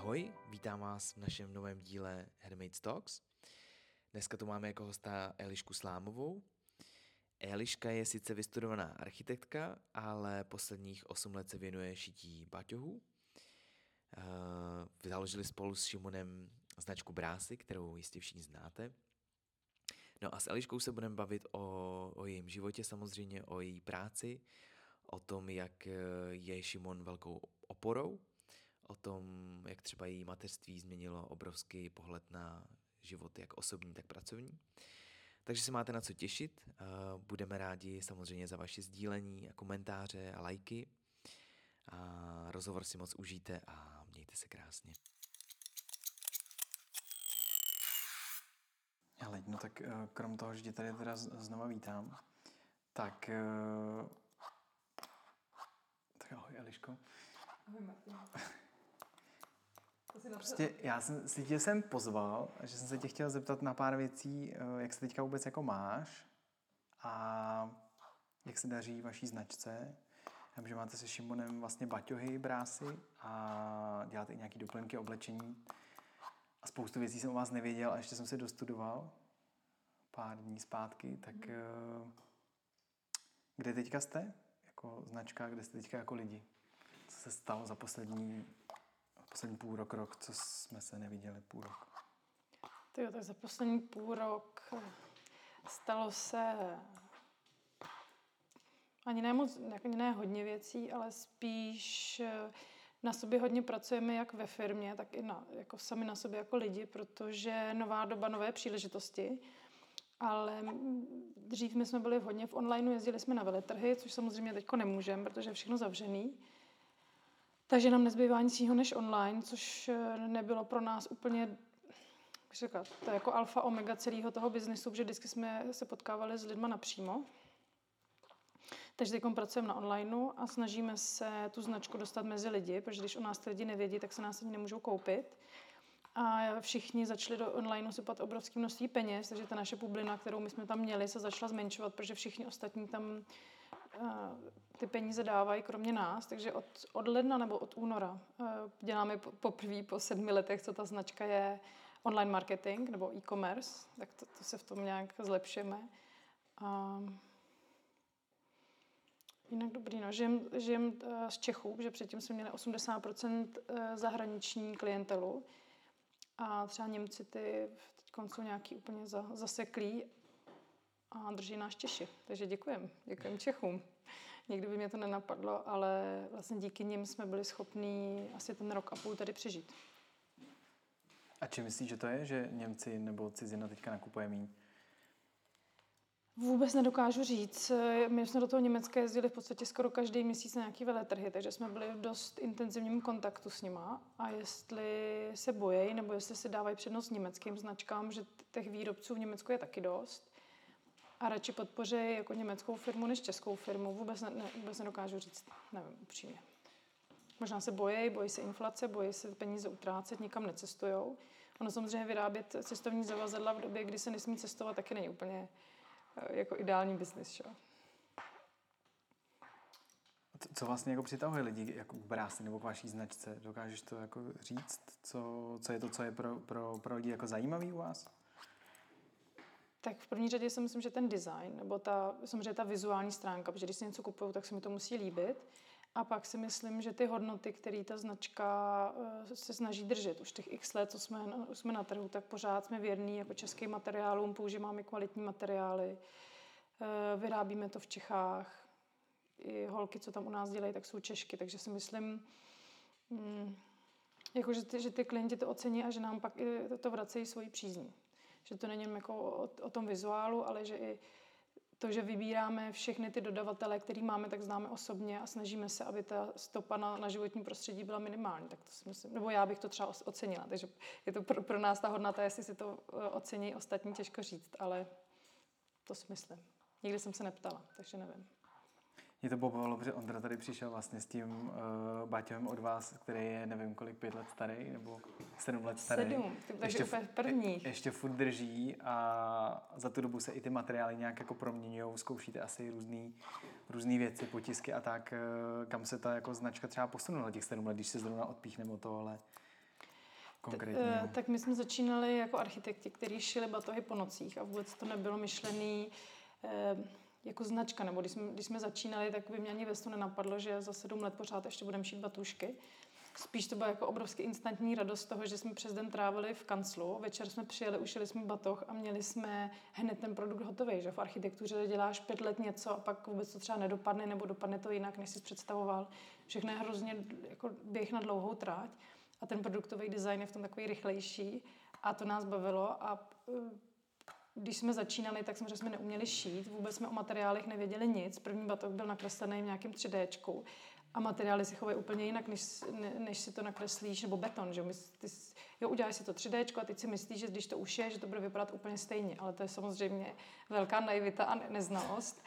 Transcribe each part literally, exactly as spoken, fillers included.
Ahoj, vítám vás v našem novém díle Handmade Talks. Dneska tu máme jako hosta Elišku Slámovou. Eliška je sice vystudovaná architektka, ale posledních osm let se věnuje šití baťohů. Založili spolu s Šimonem značku Brásy, kterou jistě všichni znáte. No a s Eliškou se budeme bavit o, o jejím životě samozřejmě, o její práci, o tom, jak je Šimon velkou oporou, o tom, jak třeba její mateřství změnilo obrovský pohled na život, jak osobní, tak pracovní. Takže se máte na co těšit. Budeme rádi samozřejmě za vaše sdílení a komentáře a lajky. A rozhovor si moc užijte a mějte se krásně. Hele, no tak krom toho, že tě tady teda znova vítám, tak... Tak ahoj, Eliško. Ahoj, Martin. Prostě já jsem si tě sem pozval, že jsem se tě chtěl zeptat na pár věcí, jak se teďka vůbec jako máš a jak se daří vaší značce. Já vím, že máte se Šimonem vlastně baťohy, brásy a děláte i nějaký doplňky, oblečení. A spoustu věcí jsem o vás nevěděl a ještě jsem se dostudoval pár dní zpátky, tak mm. kde teďka jste jako značka, kde jste teďka jako lidi? Co se stalo za poslední, poslední půl rok, rok, co jsme se neviděli půl rok? Tyjo, tak za poslední půl rok stalo se ani ne moc, ani ne hodně věcí, ale spíš na sobě hodně pracujeme jak ve firmě, tak i na, jako sami na sobě jako lidi, protože nová doba, nové příležitosti. Ale dřív my jsme byli hodně v onlineu, jezdili jsme na veletrhy, což samozřejmě teďko nemůžeme, protože je všechno zavřený. Takže nám nezbývá nic jiného než online, což nebylo pro nás úplně, jak říkat, to je jako alfa omega celého toho biznesu, protože vždycky jsme se potkávali s lidma napřímo. Takže teď pracujeme na onlineu a snažíme se tu značku dostat mezi lidi, protože když o nás ty lidi nevědí, tak se nás ani nemůžou koupit. A všichni začali do onlineu sypat obrovské množství peněz, takže ta naše bublina, kterou my jsme tam měli, se začala zmenšovat, protože všichni ostatní tam uh, ty peníze dávají, kromě nás. Takže od, od ledna nebo od února uh, děláme poprvé po sedmi letech, co ta značka je online marketing nebo e-commerce, tak to, to se v tom nějak zlepšíme. Uh, Jinak dobrý, no. Žijem, žijem uh, z Čechů, protože předtím jsme měli osmdesát procent zahraniční klientelu. A třeba Němci ty teď jsou nějaký úplně za, zaseklí a drží nás Češi. Takže děkujem. Děkujem Čechům. Nikdy by mě to nenapadlo, ale vlastně díky nim jsme byli schopní asi ten rok a půl tady přežít. A či myslíš, že to je, že Němci nebo cizina teďka nakupuje míň? Vůbec nedokážu říct. My jsme do toho Německa jezdili v podstatě skoro každý měsíc na nějaký veletrhy, takže jsme byli v dost intenzivním kontaktu s nima. A jestli se bojejí, nebo jestli si dávají přednost německým značkám, že těch výrobců v Německu je taky dost, a radši podpoří jako německou firmu než českou firmu, vůbec, ne, vůbec nedokážu říct, nevím, upřímně. Možná se bojejí, bojí se inflace, bojí se peníze utrácet, nikam necestujou. Ono samozřejmě vyrábět cestovní zavazadla v době, kdy se nesmí cestovat, taky není úplně jako ideální biznis, jo. Co vlastně jako přitahuje lidi jako k Brásy nebo k vaší značce? Dokážeš to jako říct? Co, co je to, co je pro, pro, pro lidi jako zajímavý u vás? Tak v první řadě si myslím, že ten design, nebo ta, samozřejmě ta vizuální stránka, protože když si něco kupuju, tak se mi to musí líbit. A pak si myslím, že ty hodnoty, které ta značka se snaží držet, už těch x let, co jsme, jsme na trhu, tak pořád jsme věrní jako českým materiálům, používáme kvalitní materiály, vyrábíme to v Čechách. I holky, co tam u nás dělají, tak jsou Češky, takže si myslím, jako, že, ty, že ty klienti to ocení a že nám pak i to vracejí svoji přízní. Že to není jen jako o, o tom vizuálu, ale že i to, že vybíráme všechny ty dodavatele, který máme, tak známe osobně a snažíme se, aby ta stopa na, na životní prostředí byla minimální. Tak to si myslím, nebo já bych to třeba ocenila. Takže je to pro, pro nás ta hodnota, jestli si to ocení ostatní, těžko říct, ale to si myslím. Nikdy jsem se neptala, takže nevím. Mě to pobavilo, protože Ondra tady přišel vlastně s tím uh, baťohem od vás, který je nevím kolik, pět let starý, nebo sedm let starý. Sedm, takže úplně první. Je, ještě furt drží a za tu dobu se i ty materiály nějak jako proměňujou, zkoušíte asi různý, různý věci, potisky a tak. Uh, kam se ta jako značka třeba posunula těch sedm let, když se zrovna odpíchneme od toho, ale... konkrétního? T- tak my jsme začínali jako architekti, kteří šili batohy po nocích a vůbec to nebylo myšlený eh, jako značka. Nebo když jsme, když jsme začínali, tak by mě ani ve snu nenapadlo, že za sedm let pořád ještě budeme šít batušky. Spíš to byla jako obrovský instantní radost toho, že jsme přes den trávili v kanclu, večer jsme přijeli, ušili jsme batoh a měli jsme hned ten produkt hotový, že v architektuře děláš pět let něco a pak vůbec to třeba nedopadne nebo dopadne to jinak, než jsi představoval. Všechno je hrozně jako běh na dlouhou tráť a ten produktový design je v tom takový rychlejší a to nás bavilo a když jsme začínali, tak samozřejmě jsme neuměli šít, vůbec jsme o materiálech nevěděli nic. První batoh byl nakreslený v nějakém tři déčku a materiály se chovají úplně jinak, než, ne, než si to nakreslíš, nebo beton, že? Ty, jo, uděláš si to tři déčko a teď si myslíš, že když to ušiješ, že to bude vypadat úplně stejně, ale to je samozřejmě velká naivita a neznalost.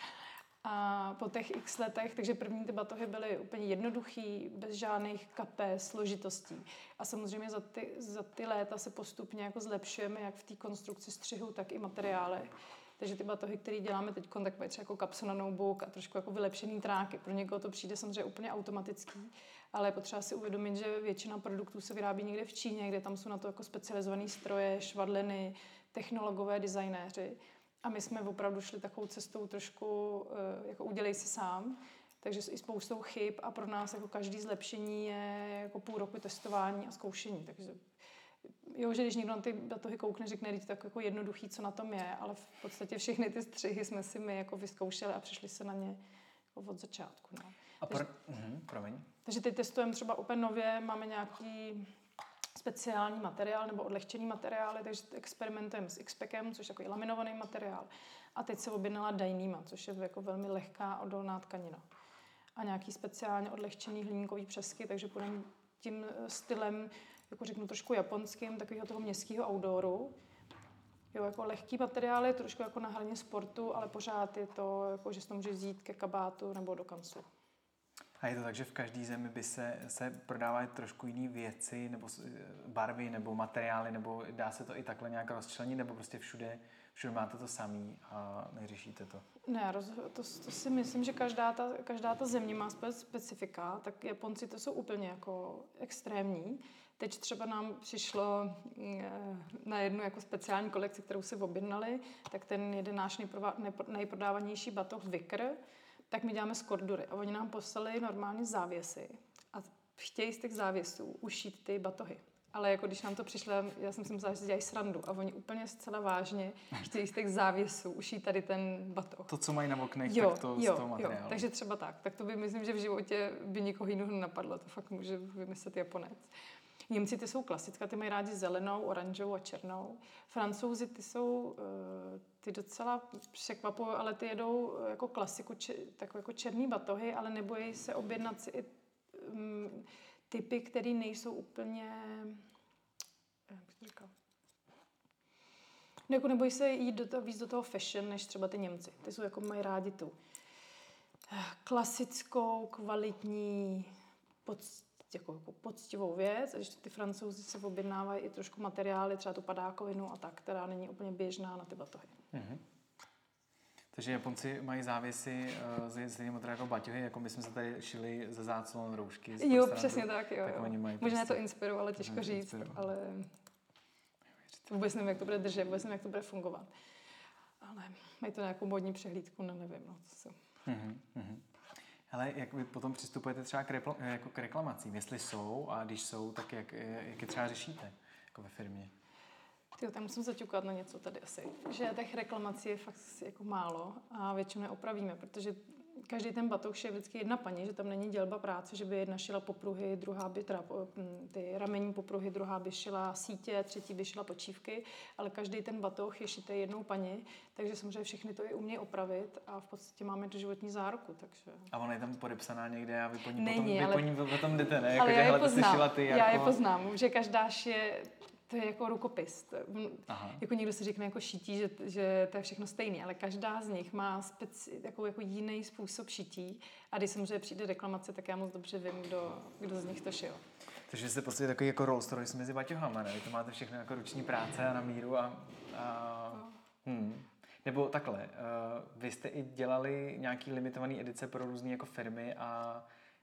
A po těch x letech, takže první ty batohy byly úplně jednoduchý, bez žádných kapes, složitostí. A samozřejmě za ty, za ty léta se postupně jako zlepšujeme, jak v té konstrukci střihu, tak i materiály. Takže ty batohy, které děláme teď, tak mají třeba jako kapsu na notebook a trošku jako vylepšený tráky. Pro někoho to přijde samozřejmě úplně automatický, ale je potřeba si uvědomit, že většina produktů se vyrábí někde v Číně, kde tam jsou na to jako specializované stroje, švadleny, technologové designéři. A my jsme opravdu šli takovou cestou trošku, jako udělej si sám, takže i spoustou chyb a pro nás jako každý zlepšení je jako půl roku testování a zkoušení. Takže jo, že když někdo na ty batohy koukne, řekne, že to tak jako jednoduchý, co na tom je, ale v podstatě všechny ty střihy jsme si my jako vyzkoušeli a přišli se na ně jako od začátku. No. A takže, pro... uhum, promiň. takže teď testujeme třeba úplně nově, máme nějaký speciální materiál nebo odlehčený materiály, takže experimentujeme s X-Packem, což je takový laminovaný materiál. A teď se objednala Dyneema, což je jako velmi lehká odolná tkanina. A nějaký speciálně odlehčený hliníkový přesky, takže půjdeme tím stylem, jako řeknu trošku japonským, takového toho městského outdooru. Jo, jako lehký materiály, trošku jako na hraně sportu, ale pořád je to, jako, že si to může vzít ke kabátu nebo do kanclu. A je to tak, že v každé zemi by se, se prodávaly trošku jiné věci, nebo barvy, nebo materiály, nebo dá se to i takhle nějak rozčlenit, nebo prostě všude, všude máte to samý a neřešíte to? Ne, roz, to, to si myslím, že každá ta, každá ta země má své specifika, tak Japonci to jsou úplně jako extrémní. Teď třeba nám přišlo na jednu jako speciální kolekci, kterou si objednali, tak ten jeden náš nejprodávanější batoh Vicker, tak my děláme z kordury a oni nám poslali normálně závěsy a chtějí z těch závěsů ušít ty batohy. Ale jako když nám to přišlo, já jsem si myslela, že si dělají srandu a oni úplně zcela vážně chtějí z těch závěsů ušít tady ten batoh. To, co mají na oknech, jo, tak to jo, z toho materiálu. Jo, takže třeba tak. Tak to by myslím, že v životě by nikoho jiného nenapadlo. To fakt může vymyslet Japonec. Němci ty jsou klasická, ty mají rádi zelenou, oranžovou a černou. Francouzi ty jsou, ty docela překvapují, ale ty jedou jako klasiku, takové jako černý batohy, ale nebojí se objednat si i um, typy, které nejsou úplně, jak bych to říkal, jako nebojí se jít do toho, víc do toho fashion, než třeba ty Němci. Ty jsou jako mají rádi tu klasickou, kvalitní, pod jako, jako poctivou věc, a když ty Francouzi se objednávají i trošku materiály, třeba tu padákovinu a tak, která není úplně běžná na ty batohy. Mm-hmm. Takže Japonci mají závěsy uh, z stejného materiálu jako baťohy, jako my jsme se tady šili ze záclon roušky. Jo, přesně tak, jo. Tak jo. oni mají možná prostě... to inspirovalo, těžko Možná říct, inspirovalo. ale vůbec nevím, jak to bude držet, vůbec nevím, jak to bude fungovat. Ale mají to nějakou modní přehlídku, no nevím, no, co se... Mm-hmm. Mm-hmm. Ale jak vy potom přistupujete třeba k, repl- jako k reklamacím, jestli jsou a když jsou, tak jak, jak je třeba řešíte jako ve firmě? Tyjo, tam musím zaťukat na něco tady asi. Že těch reklamací je fakt jako málo a většinou neopravíme, protože každý ten batoh je vždycky jedna paní, že tam není dělba práce, že by jedna šila popruhy, druhá by teda ty ramení popruhy, druhá by šila sítě, třetí by šila počívky, ale každý ten batoh je šitý jednou paní, takže samozřejmě všechny to i umějí opravit a v podstatě máme tu životní záruku, takže... A ona je tam podepsaná někde a vy po ní není, potom, vy ale... po ní potom jdete, ne? Ale jako, já je hele, poznám, šila ty, jako... já je poznám, že každá šije, to je jako rukopis. To, Aha. jako někdo si řekne jako šití, že, že to je všechno stejné, ale každá z nich má speci, jako, jako jiný způsob šití a když samozřejmě přijde reklamace, tak já moc dobře vím, kdo, kdo z nich to šil. Takže jste prostě takový jako Rolls Royce mezi baťohama, ne? Vy to máte všechno jako ruční práce a na míru a... a... No. Hmm. Nebo takhle, uh, vy jste i dělali nějaký limitovaný edice pro různé jako firmy a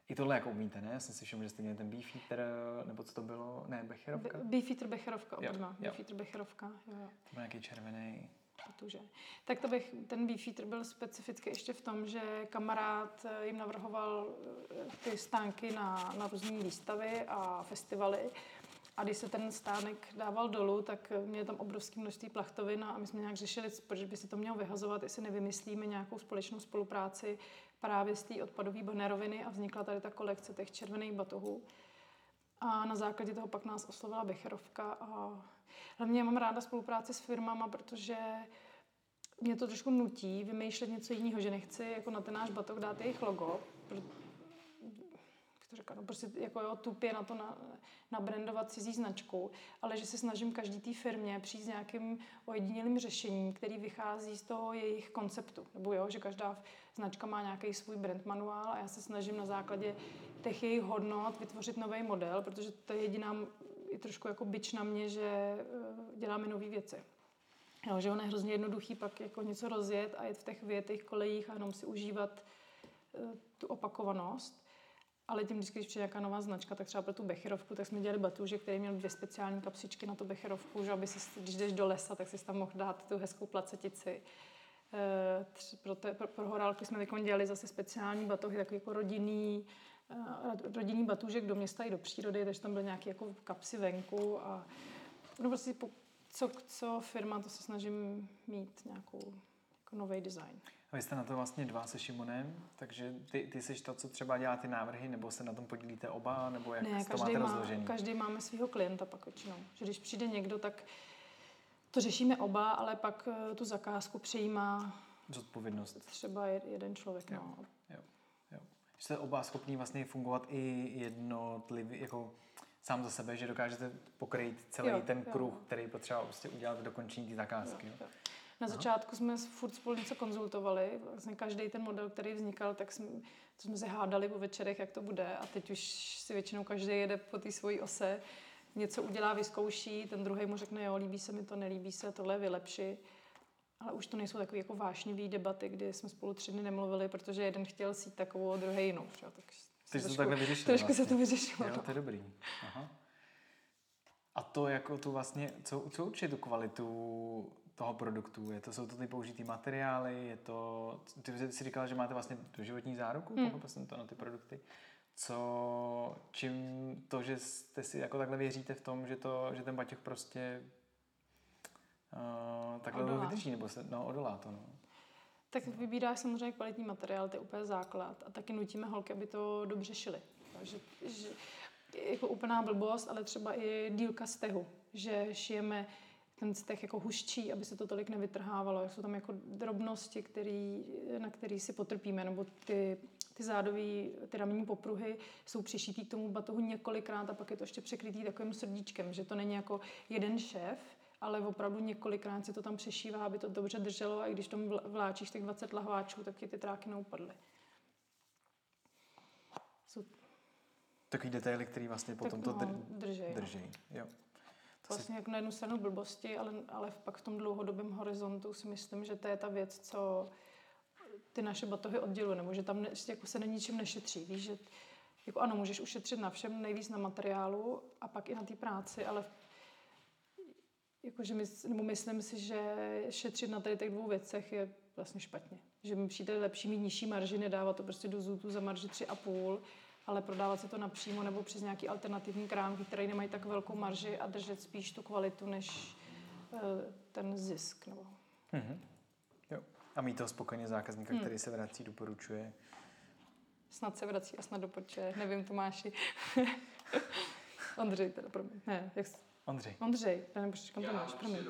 I tohle jako umíte, ne? Já jsem si všiml, že jste měli ten Beefeater, nebo co to bylo? Ne, Becherovka? Be- Beefeater Becherovka, Jo, obdma. jo. Beefeater Becherovka, jo. To byl nějaký červený. Protože. Tak to bych, ten Beefeater byl specificky ještě v tom, že kamarád jim navrhoval ty stánky na, na různé výstavy a festivaly. A když se ten stánek dával dolů, tak měli tam obrovské množství plachtovin a my jsme nějak řešili, proč by se to mělo vyhazovat, jestli nevymyslíme nějakou společnou spolupráci právě z té odpadové baneroviny a vznikla tady ta kolekce těch červených batohů. A na základě toho pak nás oslovila Becherovka a hlavně já mám ráda spolupráci s firmama, protože mě to trošku nutí vymýšlet něco jiného, že nechci jako na ten náš batoh dát jejich logo, to říká, no prostě jako jo, tupě na to na, nabrandovat cizí značku, ale že se snažím každý té firmě přijít s nějakým ojedinělým řešením, který vychází z toho jejich konceptu. Nebo jo, že každá značka má nějaký svůj brand manuál a já se snažím na základě těch jejich hodnot vytvořit nový model, protože to je jediná i trošku jako bič na mě, že děláme nové věci. Jo, že ono je hrozně jednoduchý pak jako něco rozjet a jet v těch větých kolejích a jenom si užívat uh, tu opakovanost. Ale tím vždycky, když přijde nějaká nová značka, tak třeba pro tu Becherovku, tak jsme dělali batůže, který měl dvě speciální kapsičky na tu Becherovku, že aby si, když jdeš do lesa, tak si tam mohl dát tu hezkou placetici. E, pro, te, pro, pro horálky jsme teď dělali zase speciální batohy, takový jako rodinný, e, rodinný batůžek do města i do přírody, takže tam byly nějaké jako kapsy venku a no prostě po, co, co firma, to se snažím mít nějakou jako nový design. A vy jste na to vlastně dva se Šimonem, takže ty, ty jsi to, co třeba dělá ty návrhy, nebo se na tom podílíte oba, nebo jak ne, to máte má, rozložený? Každý máme svého klienta pak většinou. Že když přijde někdo, tak to řešíme oba, ale pak tu zakázku přijímá zodpovědnost. Třeba jeden člověk. Jo, no. jo, jo. Jste oba schopní vlastně fungovat i jednotlivě, jako sám za sebe, že dokážete pokrýt celý jo, ten kruh, jo. který potřeba prostě udělat v dokončení té zakázky. Jo, jo. Na začátku jsme furt spolu něco konzultovali. Vlastně každý ten model, který vznikal, tak jsme, to jsme se hádali po večerech, jak to bude. A teď už si většinou každý jede po té svojí ose. Něco udělá, vyzkouší, ten druhý mu řekne, jo, líbí se mi to, nelíbí se, tohle vylepši. Ale už to nejsou takové jako vášnivý debaty, kdy jsme spolu tři dny nemluvili, protože jeden chtěl sít takovou a druhý jinou. Tak Teď to takhle vyřešili. Trošku vlastně. se to vyřešilo. Jo, to je dobrý. Aha. A to jako tu vlastně, co, co určitě tu kvalitu toho produktu? Je to, jsou to ty použitý materiály? Je to, ty jsi říkala, že máte vlastně doživotní záruku? Hmm. Pochopil jsem to na ty produkty. Co, čím to, že jste si jako takhle věříte v tom, že, to, že ten baťoch prostě uh, takhle dlouho vydrží, nebo se, no, odolá to, no. Tak vybíráš samozřejmě kvalitní materiál, to je úplně základ. A taky nutíme holky, aby to dobře šily. Takže že, jako úplná blbost, ale třeba i dílka stehu, že šijeme ten steh jako huščí, aby se to tolik nevytrhávalo. Jsou tam jako drobnosti, který, na který si potrpíme, nebo ty, ty zádový, ty ramení popruhy jsou přišitý k tomu batohu několikrát a pak je to ještě překrytý takovým srdíčkem, že to není jako jeden šéf, ale opravdu několikrát si to tam přešívá, aby to dobře drželo a i když tomu vláčíš těch dvacet lahváčů, tak ti ty tráky neupadly. Jsou... Takový detaily, který vlastně potom tak, to dr- no, drží. drží. Jo. Vlastně jako na jednu stranu blbosti, ale, ale pak v tom dlouhodobém horizontu si myslím, že to je ta věc, co ty naše batohy odděluje, nebo že tam ne, jako se na ničem nešetří. Víš, že jako ano, můžeš ušetřit na všem, nejvíc na materiálu a pak i na té práci, ale jakože mys, nebo myslím si, že šetřit na tady těch dvou věcech je vlastně špatně. Že mi přijde lepší mít nižší marži, nedávat to prostě do zůtu za marži tři a půl, ale prodávat se to napřímo nebo přes nějaký alternativní krámky, které nemají tak velkou marži a držet spíš tu kvalitu, než uh, ten zisk. Nebo... Mm-hmm. Jo. A mít toho spokojeně zákazníka, hmm. který se vrací, doporučuje. Snad se vrací a snad doporučuje. Nevím, Tomáši. Ondřej teda, promiň. Ne, jak jsi... Ondřej. Ondřej, já nebo kam to máš, promiň.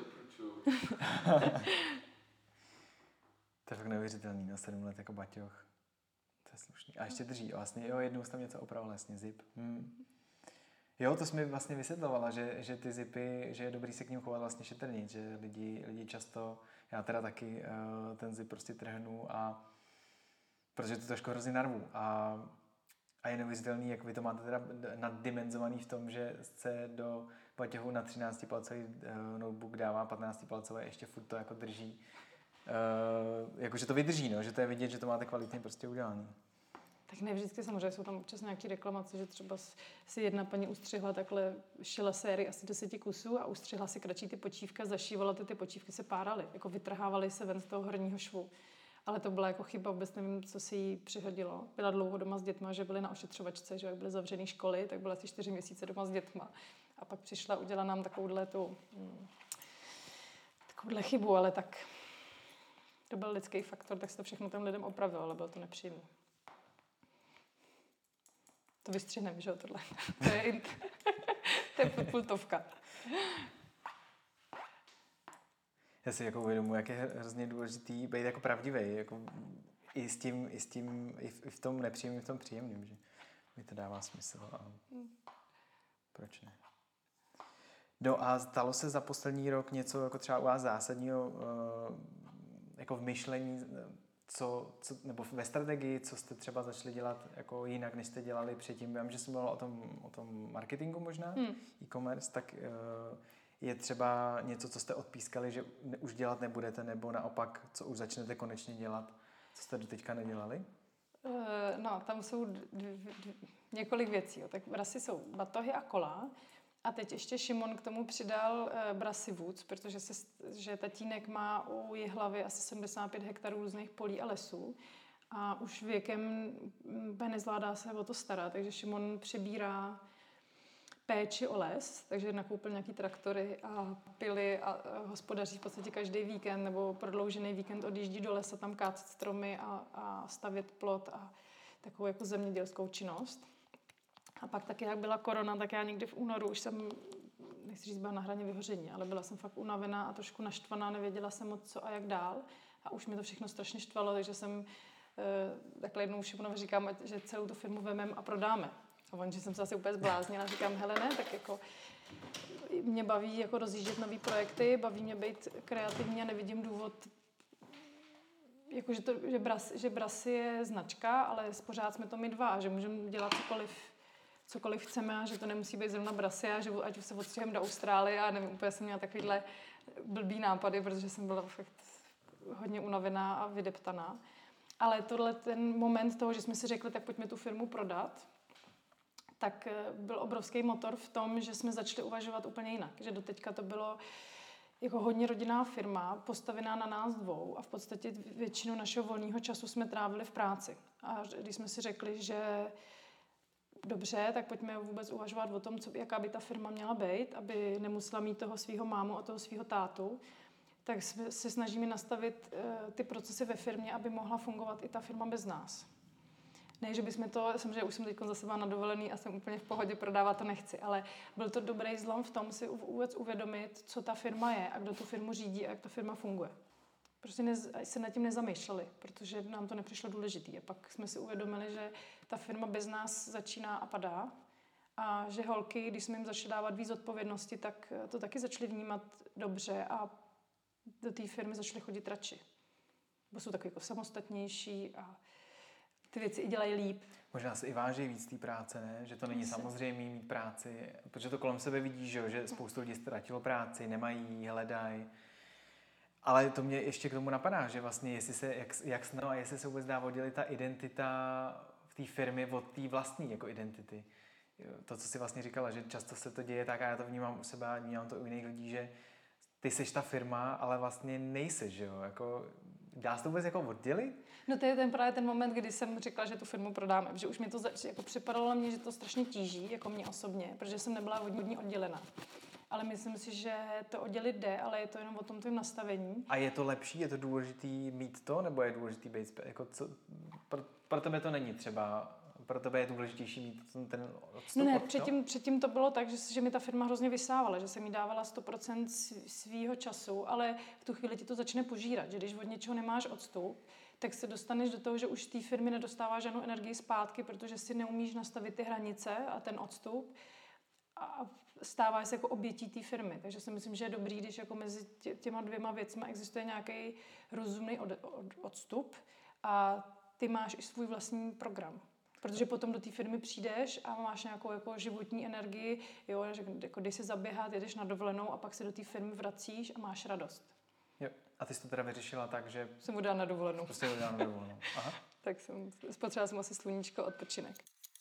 To je fakt neuvěřitelný, na sedm let jako baťoch. To je slušný. A ještě drží. Vlastně, jo, jednou jsem tam něco opravil, vlastně zip. Hmm. Jo, to jsi mi vlastně vysvětlovala, že, že ty zipy, že je dobrý se k ním chovat vlastně šetrně, že lidi, lidi často, já teda taky uh, ten zip prostě trhnu a protože to trošku hrozně narvu a, a je neuvěřitelný, jak vy to máte teda naddimenzovaný v tom, že se do baťohu na třináctipalcový uh, notebook dává patnáctipalcové, ještě furt to jako drží. Uh, jakože to vydrží, no, že to je vidět, že to máte kvalitně prostě udělané. Tak ne vždycky, samozřejmě jsou tam občas nějaké reklamace, že třeba si jedna paní ustřihla takhle, šila sérii asi deseti kusů a ustřihla si kratší ty počívka, zašívala ty, ty počívky se páraly, jako vytrhávaly se ven z toho horního švu. Ale to byla jako chyba, vůbec nevím, co si jí přihodilo. Byla dlouho doma s dětma, že byly na ošetřovačce, že jak byly zavřený školy, tak byla asi čtyři měsíce doma s dětma. A pak přišla, udělala nám takovouhle tu, hmm, takovouhle chybu, ale tak to byl lidský faktor, tak se to všechno těm lidem opravilo, ale bylo to nepříjemné. To vystřihneme, že jo, tohle. To je, to je pultovka. Já si jako uvědomuji, jak je hrozně důležitý být jako pravdivý, jako i s tím, i s tím, i v, i v tom nepříjemným, i v tom příjemným, že mi to dává smysl a proč ne. No a stalo se za poslední rok něco jako třeba u vás zásadního jako v myšlení, co, co, nebo ve strategii, co jste třeba začali dělat jako jinak, než jste dělali předtím. Já vím, že jsem mluvila o tom, o tom marketingu možná, hmm. e-commerce, tak je třeba něco, co jste odpískali, že už dělat nebudete, nebo naopak, co už začnete konečně dělat, co jste doteďka nedělali? Uh, no, tam jsou d- d- d- několik věcí. Jo. Tak brasy jsou batohy a kola. A teď ještě Šimon k tomu přidal uh, brasy Woods, protože se, že tatínek má u Jihlavy asi sedmdesát pět hektarů různých polí a lesů. A už věkem nezvládá se o to starat, takže Šimon přebírá péči o les, takže nakoupil nějaký traktory a pily a hospodaří v podstatě každý víkend nebo prodloužený víkend odjíždí do lesa tam kácet stromy a, a stavět plot a takovou jako zemědělskou činnost. A pak taky, jak byla korona, tak já někdy v únoru už jsem, nechci říct, byla na hraně vyhoření, ale byla jsem fakt unavená a trošku naštvaná, nevěděla jsem moc co a jak dál. A už mi to všechno strašně štvalo, takže jsem e, takhle jednou Šimonovi říkám, že celou tu firmu vememe a prodáme. A on, že jsem se asi úplně zbláznila, říkám, hele ne, tak jako mě baví jako rozjíždět nový projekty, baví mě být kreativní a nevidím důvod, jako že, to, že, Bras, že Brasy je značka, ale pořád jsme to my dva, že můžeme dělat cokoliv, cokoliv chceme a že to nemusí být zrovna Brasy a že ať se odstřihem do Austrálie a nevím, úplně jsem měla takovýhle blbý nápady, protože jsem byla fakt hodně unavená a vydeptaná. Ale tohle ten moment toho, že jsme si řekli, tak pojďme tu firmu prodat, tak byl obrovský motor v tom, že jsme začali uvažovat úplně jinak. Že doteďka to bylo jako hodně rodinná firma, postavená na nás dvou a v podstatě většinu našeho volného času jsme trávili v práci. A když jsme si řekli, že dobře, tak pojďme vůbec uvažovat o tom, co, jaká by ta firma měla být, aby nemusela mít toho svého mámu a toho svého tátu, tak se snažíme nastavit uh, ty procesy ve firmě, aby mohla fungovat i ta firma bez nás. Ne, že bychom to, samozřejmě už jsem teď zase na dovolený a jsem úplně v pohodě, prodávat to nechci, ale byl to dobrý zlom v tom si vůbec uvědomit, co ta firma je a kdo tu firmu řídí a jak ta firma funguje. Prostě ne, se nad tím nezamýšleli, protože nám to nepřišlo důležitý. A pak jsme si uvědomili, že ta firma bez nás začíná a padá a že holky, když jsme jim začali dávat víc odpovědnosti, tak to taky začaly vnímat dobře a do té firmy začaly chodit radši. Bo jsou taky jako samostatnější a ty věci i dělají líp. Možná se i váží víc té práce, ne? Že to není samozřejmé mít práci, protože to kolem sebe vidíš, že spoustu lidí ztratilo práci, nemají, hledají. Ale to mě ještě k tomu napadá, že vlastně jestli se, jak, jak no a jestli se vůbec dá oddělit ta identita v té firmě od té vlastní jako identity. To, co jsi vlastně říkala, že často se to děje tak a já to vnímám u sebe a vnímám to u jiných lidí, že ty seš ta firma, ale vlastně nejseš, že jo? Jako, dá se to vůbec jako oddělit? No to je ten právě ten moment, kdy jsem řekla, že tu firmu prodáme, že už mi to zač- jako připadalo mě, že to strašně tíží, jako mě osobně, protože jsem nebyla od ní oddělena. Ale myslím si, že to oddělit jde, ale je to jenom o tom tvém nastavení. A je to lepší, je to důležitý mít to, nebo je důležitý být, jako co, pro, pro tebe to není třeba, pro tebe je důležitější mít ten odstup? No ne, předtím, předtím to bylo tak, že, že mi ta firma hrozně vysávala, že jsem jí dávala sto procent svýho času, ale v tu chvíli ti to začne požírat, že když od něčeho nemáš odstup, tak se dostaneš do toho, že už z té firmy nedostáváš žádnou energii zpátky, protože si neumíš nastavit ty hranice a ten odstup a stáváš se jako obětí té firmy. Takže si myslím, že je dobrý, když jako mezi tě, těma dvěma věcma existuje nějaký rozumný od, od, odstup a ty máš i svůj vlastní program. Protože potom do té firmy přijdeš a máš nějakou jako životní energii, jo, že jako jdeš se zaběhat, jedeš na dovolenou a pak se do té firmy vracíš a máš radost. Jo. A ty jsi to teda vyřešila tak, že... Jsem mu dala na dovolenou. Prostě ho dala na dovolenou. Aha. Tak jsem, spotřebovala jsem asi sluníčko, odpočinek.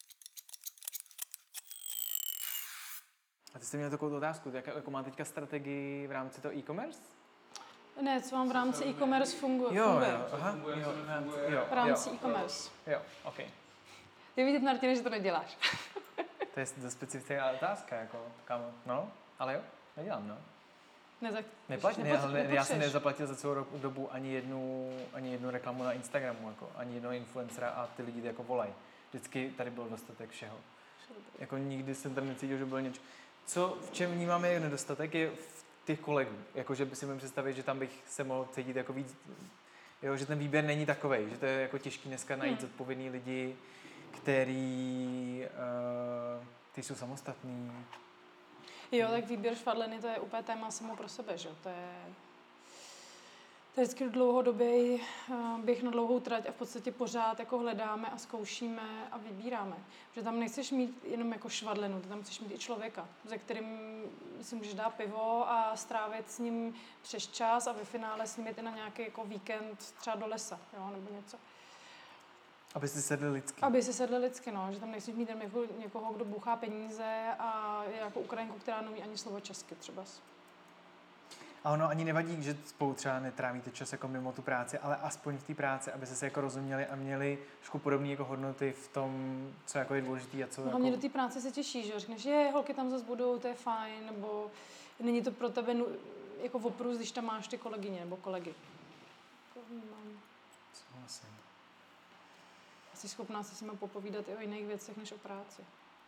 A ty jste měl takovou otázku, jak, jako má teďka strategii v rámci toho e-commerce? Ne, co vám v rámci e-commerce funguje? Jo, funguje. jo, aha, jo, jo, V rámci jo, e-commerce. jo, ok. Ty vidět, Martine, že to neděláš. To je dost specifická otázka, jako, kámo, no, ale jo, nedělám, no. Nezak... Neplatí, ne, nepot- ne, já jsem nepotřeš. nezaplatil za celou ro- dobu ani jednu, ani jednu reklamu na Instagramu, jako, ani jednoho influencera a ty lidi jako volají. Vždycky tady byl dostatek všeho. Jako nikdy jsem tam necítil, že byl něco. Co, v čem vnímáme jako nedostatek, je v těch kolegů. Jako, že by si můžu představit, že tam bych se mohl cítit jako víc, jo, že ten výběr není takovej, že to je jako těžký dneska najít Hmm. zodpovědný lidi, který uh, ty jsou samostatní. Jo, tak výběr švadleny, to je úplně téma samo pro sebe, že? To je, to je vždycky dlouhodobý uh, běh na dlouhou trať a v podstatě pořád jako hledáme a zkoušíme a vybíráme. Protože tam nechceš mít jenom jako švadlenu, ty tam chceš mít i člověka, se kterým si můžeš dát pivo a strávit s ním přes čas a ve finále s ním jít i na nějaký jako víkend třeba do lesa, jo, nebo něco. Aby si sedli lidsky. Aby si sedli lidsky, no, že tam nechceš mít jenom jako někoho, kdo buchá peníze a je jako Ukrajinku, která neumí ani slovo česky třeba. A ono ani nevadí, že spolu třeba netrávíte čas jako mimo tu práci, ale aspoň v té práci, aby se se jako rozuměli a měli trošku podobné jako hodnoty v tom, co jako je důležitý a co No, jako... hlavně do té práce se těšíš, že řekneš, je, holky tam zase budou, to je fajn, nebo není to pro tebe nu- jako oprus, když tam máš ty kolegyně nebo kolegy. To vnímám. Souhlasím. Jsi schopná se s nimi popovídat i o jiných věcech než o práci.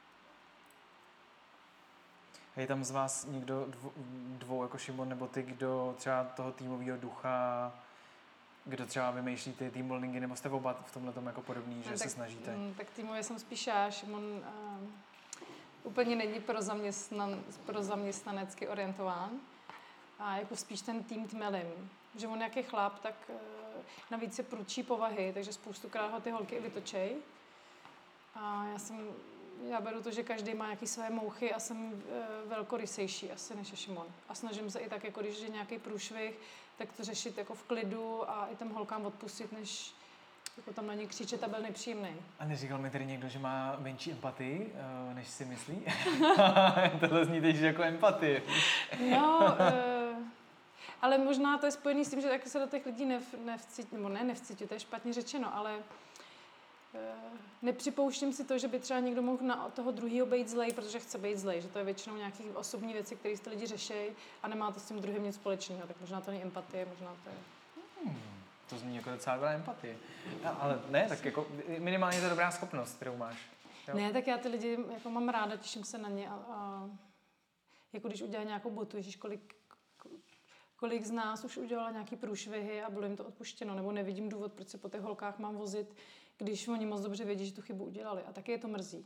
A je tam z vás někdo dvou, dvou jako Šimon nebo ty, kdo třeba toho týmového ducha, kdo třeba vymýšlí ty team buildingy, nebo jste oba v tomhle tom jako podobný, že No, se tak, snažíte? mm, Tak týmově jsem spíš já, Šimon uh, úplně není pro, zaměstnan, pro zaměstnanecky orientován. A jako spíš ten tým tmelím. Že on jak je chlap, tak uh, navíc je prudší povahy, takže spoustukrát ho ty holky i vytočej. A já jsem, já beru to, že každý má nějaké své mouchy a jsem uh, velkorysejší asi než je Šimon. A snažím se i tak, jako když je nějaký průšvih, tak to řešit jako v klidu a i těm holkám odpustit, než jako tam na ně křičet a byl nepříjemný. A neříkal mi tedy někdo, že má menší empatii, uh, než si myslí? Tohle zní teď jako empatie. No, uh, ale možná to je spojený s tím, že tak se do těch lidí nev, nevcítí, nebo ne nevcítí, to je špatně řečeno, ale uh, nepřipouštím si to, že by třeba někdo mohl na toho druhého být zlej, protože chce být zlej, že to je většinou nějaké osobní věci, které ty lidi řeší a nemá to s tím druhým nic společného, tak možná to není empatie, možná to je... Hmm, to zní jako docela dobrá empatie. A, ale ne, tak jako minimálně to je dobrá schopnost, kterou máš. Jo? Ne, tak já ty lidi jako mám ráda, těším se na ně a, a jako když udělá nějakou botu, ježíš, kolik, kolik z nás už udělala nějaký průšvihy a bylo jim to odpuštěno, nebo nevidím důvod, proč se po těch holkách mám vozit, když oni moc dobře vědí, že tu chybu udělali. A taky je to mrzí.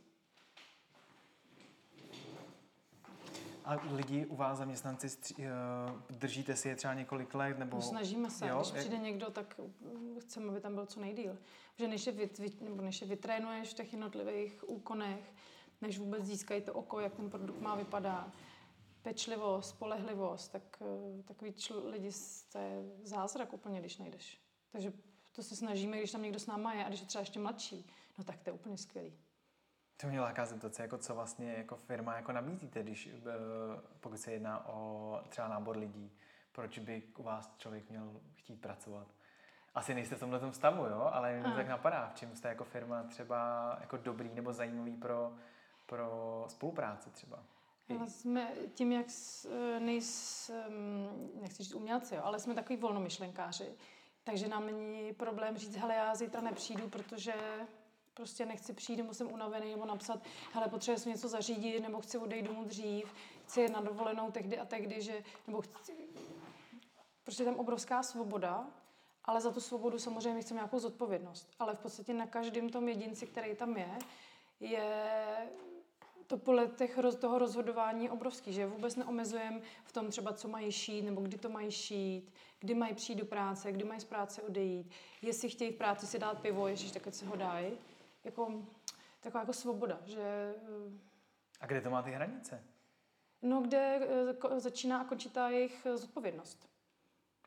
A lidi u vás, zaměstnanci, stři- uh, držíte si je třeba několik let? Nebo... No, snažíme se. Jo, Když jak- přijde někdo, tak chceme, aby tam byl co nejdýl. Že než je, vyt, vyt, nebo než je vytrénuješ v těch jednotlivých úkonech, než vůbec získají to oko, jak ten produkt má vypadat, pečlivost, spolehlivost, tak eh, takový čl- lidi, to je zázrak úplně, když nejdeš. Takže to se snažíme, když tam někdo s náma je a když je třeba ještě mladší, no tak to je úplně skvělý. To mě láká zeptat se, jako co vlastně jako firma jako nabízíte, když, uh, pokud se jedná o třeba nábor lidí, proč by u vás člověk měl chtít pracovat? Asi nejste v tomhle stavu, jo? Ale mě A. tak napadá, v čem jste jako firma třeba jako dobrý nebo zajímavý pro, pro spolupráci třeba? Ale jsme tím, jak s- nejs, um, nechci říct umělci, jo, ale jsme takový volnomyšlenkáři. Takže nám není problém říct, hele, já zítra nepřijdu, protože prostě nechci přijít, nebo jsem unavený, nebo napsat, hele, potřebuji si něco zařídit, nebo chci odejít domů dřív, chci jít na dovolenou tehdy a tehdy, že, nebo chci... Prostě je tam obrovská svoboda, ale za tu svobodu samozřejmě chceme nějakou zodpovědnost. Ale v podstatě na každém tom jedinci, který tam je, je to pole těch, roz- toho rozhodování obrovský, že vůbec neomezujeme v tom třeba, co mají šít, nebo kdy to mají šít, kdy mají přijít do práce, kdy mají z práce odejít, jestli chtějí v práci si dát pivo, ježiš, tak ať se ho dají. Jako, taková jako svoboda, že... A kde to má ty hranice? No, kde eh, ko- začíná a končí ta jejich zodpovědnost.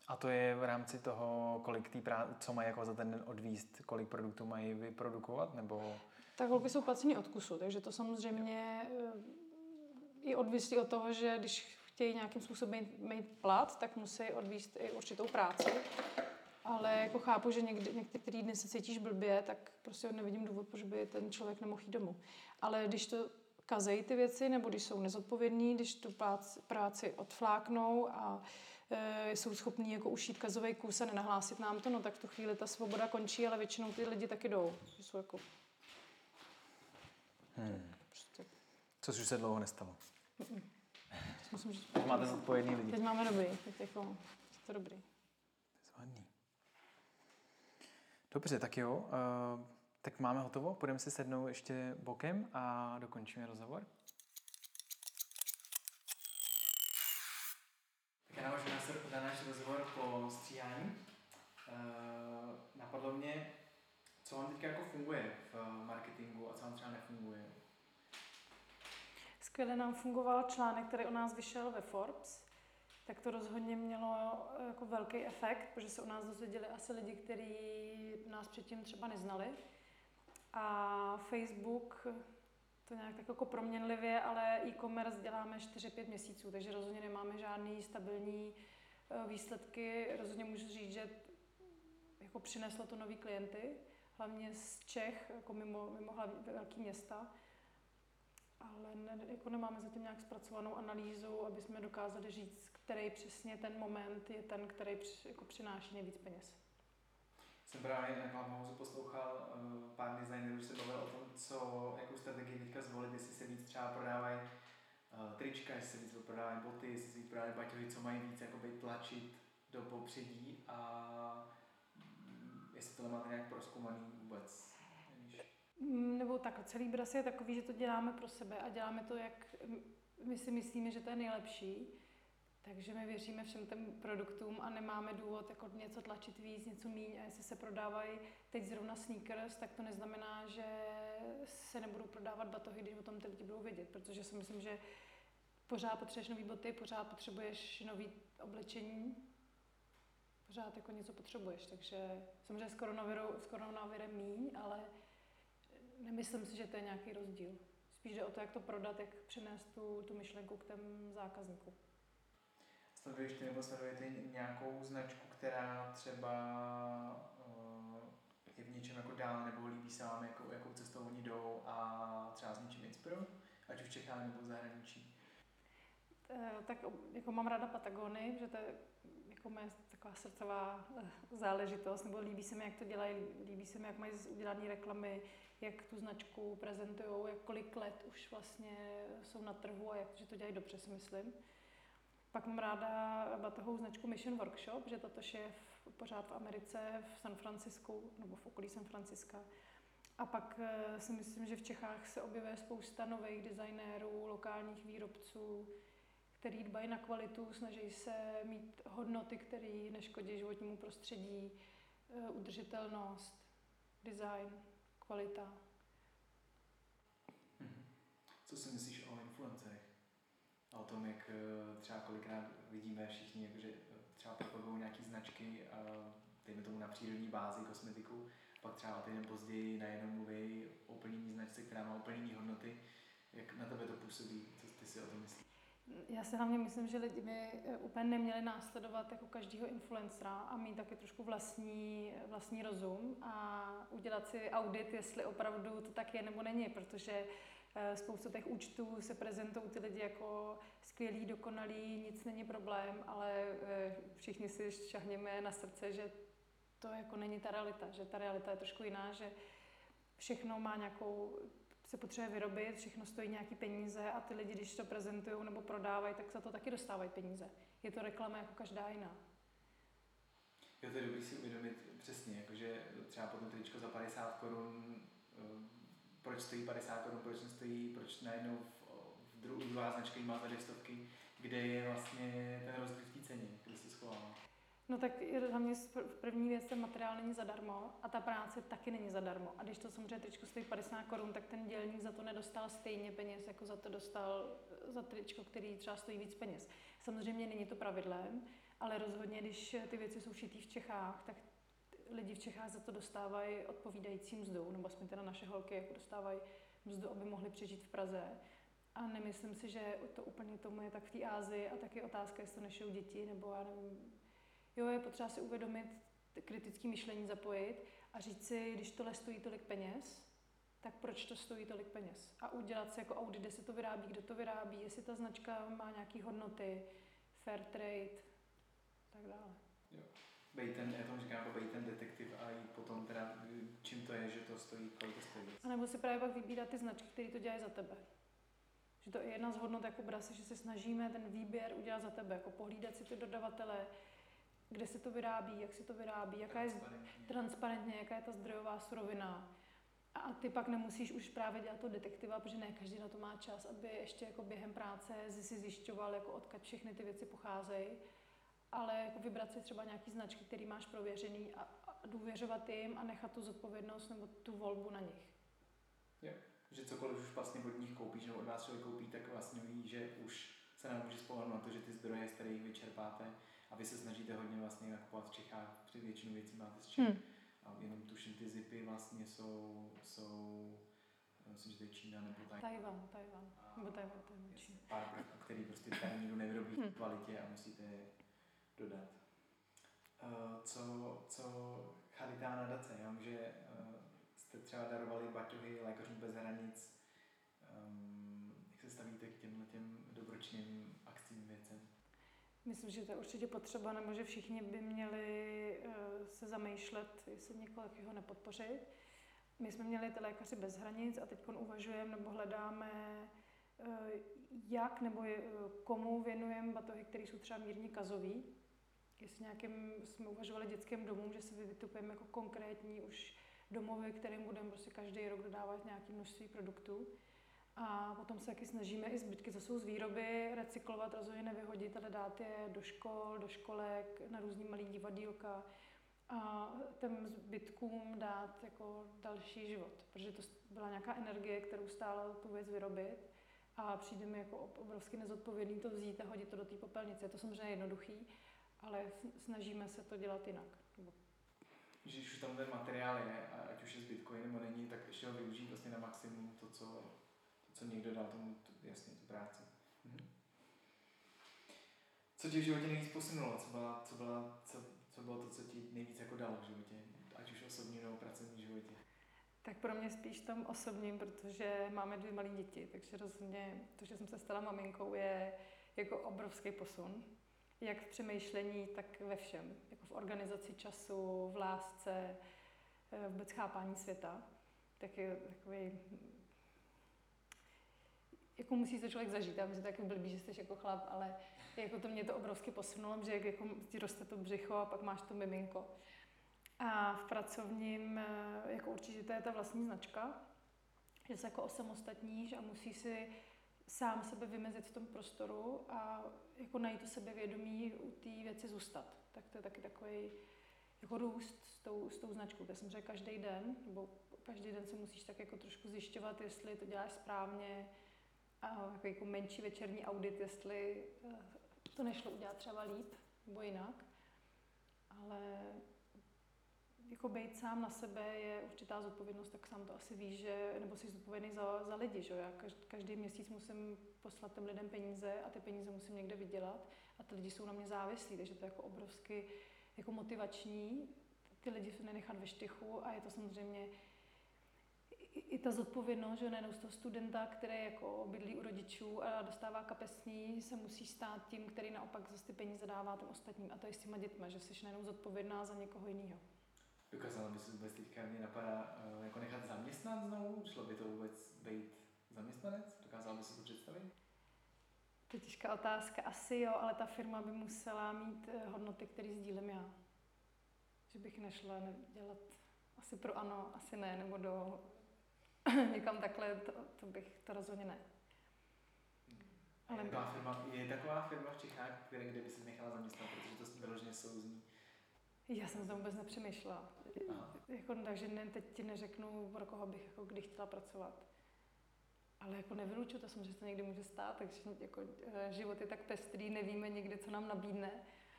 A to je v rámci toho, kolik tý prá- co mají jako za ten den odvízt, kolik produktů mají vyprodukovat, nebo... Tak holky jsou placení od kusu, takže to samozřejmě i odvisí od toho, že když chtějí nějakým způsobem mít plat, tak musí odvízt i určitou práci. Ale jako chápu, že někdy, některý dny se cítíš blbě, tak prostě nevidím důvod, proč by ten člověk nemohl jít domů. Ale když to kazejí ty věci, nebo když jsou nezodpovědní, když tu práci, práci odfláknou a e, jsou schopní jako ušít kazový kus a nenahlásit nám to, no tak v tu chvíli ta svoboda končí, ale většinou ty lidi taky jdou. Jsou jako... Hmm. Prostě. Což už se dlouho nestalo. Mm-mm. Myslím, že... Teď máte zodpovědný lidi. Teď máme dobrý, teď jako, to dobrý. Zvadný. Dobře, tak jo. Uh, tak máme hotovo, půjdeme si sednout ještě bokem a dokončíme rozhovor. Tak já navážu na náš rozhovor po stříhání. Uh, napadlo mě, co vám teďka jako funguje v marketingu a co vám třeba nefunguje. Skvěle nám fungoval článek, který o nás vyšel ve Forbes. Tak to rozhodně mělo jako velký efekt, protože se o nás dozvěděli asi lidi, kteří nás předtím třeba neznali. A Facebook, to nějak tak jako proměnlivě, ale e-commerce děláme čtyři pět měsíců, takže rozhodně nemáme žádný stabilní výsledky. Rozhodně můžu říct, že jako přineslo to nový klienty, hlavně z Čech, jako mimo, mimo hlavní velký města. Ale ne, jako nemáme zatím nějak zpracovanou analýzu, aby jsme dokázali říct, který přesně ten moment je ten, který při, jako přináší nejvíc peněz. Jsem právě na Clubhouse poslouchal uh, pár designérů, se bavil o tom, co, jakou strategii teďka zvolit, jestli se víc třeba prodávají uh, trička, jestli se víc prodávají boty, jestli se víc prodávají baťohy, co mají víc jakoby tlačit do popředí a um, jestli tohle máte nějak prozkoumaný vůbec. Nebo tak, celý Bras je takový, že to děláme pro sebe a děláme to, jak my si myslíme, že to je nejlepší. Takže my věříme všem těm produktům a nemáme důvod jako něco tlačit víc, něco míň. A jestli se prodávají teď zrovna sneakers, tak to neznamená, že se nebudou prodávat batohy, když o tom ty lidi budou vědět. Protože si myslím, že pořád potřebuješ nový boty, pořád potřebuješ nový oblečení, pořád jako něco potřebuješ. Takže samozřejmě s koronavirem, s koronavirem míň, ale nemyslím si, že to je nějaký rozdíl. Spíš jde o to, jak to prodat, jak přinést tu, tu myšlenku k těm zákazníkům. Sleduješ ty nebo sledujete nějakou značku, která třeba uh, je v něčem jako dál, nebo líbí se vám, jako, jakou cestou oni jdou a třeba s něčím inspirují, ať už v Čechách nebo v zahraničí? E, tak jako mám ráda Patagony, že to je jako moje taková srdcová záležitost, nebo líbí se mi, jak to dělají, líbí se mi, jak mají udělané reklamy, jak tu značku prezentujou, jak kolik let už vlastně jsou na trhu a jak, že to dělají dobře, si myslím. Pak mám ráda batohovou značku Mission Workshop, že totož je v, pořád v Americe, v San Francisku, nebo v okolí San Franciska. A pak e, si myslím, že v Čechách se objevuje spousta nových designérů, lokálních výrobců, který dbají na kvalitu, snaží se mít hodnoty, které neškodí životnímu prostředí, e, udržitelnost, design, kvalita. Hmm. Co si myslíš o influencerech? A o tom, jak třeba kolikrát vidíme všichni, jakože třeba propagují nějaký značky, dejme tomu na přírodní bázi kosmetiku, pak třeba týden později najednou mluví o úplně jiný značce, která má úplně jiný hodnoty. Jak na tebe to působí? Co ty si o tom myslíš? Já si hlavně myslím, že lidi by úplně neměli následovat jako každého influencera a mít taky trošku vlastní, vlastní rozum a udělat si audit, jestli opravdu to tak je nebo není, protože spoustu těch účtů se prezentují ty lidi jako skvělí, dokonalí, nic není problém, ale všichni si šahněme na srdce, že to jako není ta realita, že ta realita je trošku jiná, že všechno má nějakou, se potřebuje vyrobit, všechno stojí nějaký peníze a ty lidi, když to prezentují nebo prodávají, tak za to taky dostávají peníze. Je to reklama jako každá jiná. Jo, to je dobrý si uvědomit přesně, jakože třeba potom tričko za padesát korun, proč stojí padesát korun, proč nestojí, proč najednou v, v dru, druhá značka má za dvě stovky, kde je vlastně ten rozdíl v té ceně, který se schovává. No tak hlavně první věc, ten materiál není zadarmo a ta práce taky není zadarmo. A když to samozřejmě tričko stojí padesát korun, tak ten dělník za to nedostal stejně peněz, jako za to dostal za tričko, který třeba stojí víc peněz. Samozřejmě není to pravidlem, ale rozhodně, když ty věci jsou šitý v Čechách, tak lidi v Čechách za to dostávají odpovídající mzdu, nebo aspoň teda naše holky jako dostávají mzdu, aby mohly přežít v Praze. A nemyslím si, že to úplně tomu je tak v té Asii a taky otázka, jestli to nešou děti, nebo já nevím. Jo, je potřeba si uvědomit, kritické myšlení zapojit a říct si, když tohle stojí tolik peněz, tak proč to stojí tolik peněz? A udělat si jako audit, kde se to vyrábí, kdo to vyrábí, jestli ta značka má nějaké hodnoty, fair trade, tak dále. Jo. Bej ten, já tomu říkám, jako bej ten detektiv a jít potom teda, čím to je, že to stojí, kolik to stojí. A nebo si právě pak vybírat ty značky, které to dělají za tebe. Že to je jedna z hodnot jako Brasy, že se snažíme ten výběr udělat za tebe, jako pohlídat si ty dodavatele, kde se to vyrábí, jak se to vyrábí, jaká je transparentně, jaká je ta zdrojová surovina. A ty pak nemusíš už právě dělat to detektiva, protože ne každý na to má čas, aby ještě jako během práce si zjišťoval, jako odkud všechny ty věci pocházejí. Ale jako vybrat si třeba nějaký značky, který máš prověřený a, a důvěřovat jim a nechat tu zodpovědnost nebo tu volbu na nich. Jo, že cokoliv už vlastně od nich koupíš nebo od vás člověk koupí, tak vlastně ví, že už se nám může spolehnout na to, že ty zdroje, z kterých vyčerpáte, a vy se snažíte hodně vlastně nakupovat v Čechách, při většinu věcí máte s čím. Hmm. A jenom tuším, ty zipy vlastně jsou, jsou myslím, že to je Čína nebo Tajvan. Tajvan, Tajvan, nebo Tajvan, Tajvan, Čína. Pár prvků, který prostě tady nikdo nevyrobí v kvalitě a musíte je dodat. Uh, co, co Charitá nadace, já vím, že uh, jste třeba darovali baťohy Lékařům bez hranic. Um, jak se stavíte k těmhle těm dobročným akcím věcem? Myslím, že to je určitě potřeba, nebo že všichni by měli uh, se zamýšlet, jestli někoho nepodpořit. My jsme měli ty Lékaři bez hranic a teď uvažujeme nebo hledáme, uh, jak nebo je, uh, komu věnujeme batohy, které jsou třeba mírně kazový. Jestli nějakým jsme uvažovali dětským domům, že si vytupujeme jako konkrétní už domovy, kterým budeme prostě každý rok dodávat nějaké množství produktů. A potom se taky snažíme i zbytky, co jsou z výroby, recyklovat, rozhodně nevyhodit, ale dát je do škol, do školek, na různý malý divadýlka a těm zbytkům dát jako další život, protože to byla nějaká energie, kterou stálo tu věc vyrobit a přijde mi jako obrovsky nezodpovědný to vzít a hodit to do té popelnice. Je to samozřejmě jednoduchý, ale snažíme se to dělat jinak. Že už tam ten materiál je, a ať už je zbytkový nebo není, tak ještě ho využít vlastně na maximum to, co, to, co někdo dal tomu tu, jasně tu práci. Mhm. Co tě v životě nejvíc posunulo? Co, byla, co, byla, co, co bylo to, co ti nejvíc jako dalo v životě? Ať už osobním nebo pracovním životě? Tak pro mě spíš tom osobním, protože máme dvě malé děti, takže rozhodně to, že jsem se stala maminkou, je jako obrovský posun. Jak v přemýšlení, tak ve všem. Jako v organizaci času, v lásce, vůbec chápání světa. Tak je takový... Jako musí se člověk zažít. Já myslím, že to je takový blbý, že jsi jako chlap, ale jako to mě to obrovsky posunulo, že jako ti roste to břicho a pak máš to miminko. A v pracovním, jako určitě to je ta vlastní značka, že se jako osamostatníš a musí si sám sebe vymezit v tom prostoru a jako najít to sebevědomí u té věci zůstat. Tak to je taky takový jako růst s tou, s tou značkou. To jsem řekla každý den, nebo každý den se musíš tak jako trošku zjišťovat, jestli to děláš správně a jako, jako menší večerní audit, jestli to nešlo udělat třeba líp nebo jinak. Ale jako být sám na sebe je určitá zodpovědnost, tak sám to asi víš, že, nebo jsi zodpovědný za, za lidi, že já každý měsíc musím poslat těm lidem peníze a ty peníze musím někde vydělat a ty lidi jsou na mě závislí, takže to je jako obrovsky jako motivační, ty lidi se nenechat ve štychu a je to samozřejmě i, i ta zodpovědnost, že najednou z toho studenta, který jako bydlí u rodičů a dostává kapesní, se musí stát tím, který naopak zase ty peníze dává těm ostatním a to je s těma dětma, že jsi najednou zodpovědná za někoho jiného. Dokázala by se vůbec teďka mě napadá jako nechat zaměstnat znovu? Šlo by to vůbec být zaměstnanec? Dokázala by se to představit? To je těžká otázka. Asi jo, ale ta firma by musela mít hodnoty, které sdílím já. Že bych nešla dělat asi pro ANO, asi ne, nebo do někam takhle, to, to bych, to rozhodně ne. Ale je, taková firma, je taková firma v Čechách, kde, kde by se nechala zaměstnat, protože to s tím vyloženě souzní? Já jsem to vůbec nepřemýšlela. Jako, takže ne, teď ti neřeknu, pro koho bych jako kdy chtěla pracovat. Ale jako nevylučuju, to samozřejmě se to někdy může stát, takže jako, život je tak pestrý, nevíme někdy, co nám nabídne.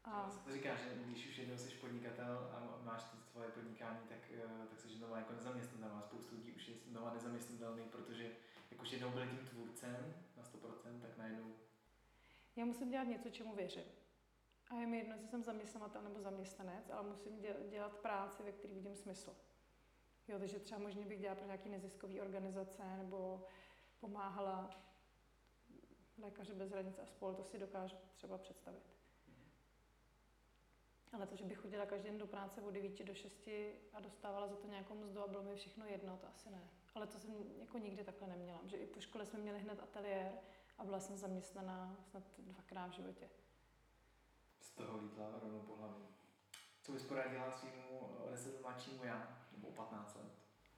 A se to říká, že když už jednou jsi podnikatel a máš to tvoje podnikání, tak, tak jsi doma jako nezaměstnatelný. A spoustu lidí už je doma nezaměstnatelný, protože jak už jednou byli tím tvůrcem na sto procent, tak najednou... Já musím dělat něco, čemu věřím. A je mi jedno, jestli jsem zaměstnavatel nebo zaměstnanec, ale musím dělat práci, ve které vidím smysl. Jo, takže třeba možná bych dělala pro nějaké neziskové organizace nebo pomáhala Lékaři bez hranic a spol, to si dokážu třeba představit. Ale to, že bych chodila každý den do práce od devíti do šesti a dostávala za to nějakou mzdu a bylo mi všechno jedno, to asi ne. Ale to jsem jako nikdy takhle neměla. Že i po škole jsme měli hned ateliér a byla jsem zaměstnaná snad dvakrát v životě. Z toho lítla rovnou po hlavě. Co bys poradila svýmu o deset let mladšímu já, nebo o patnáct let?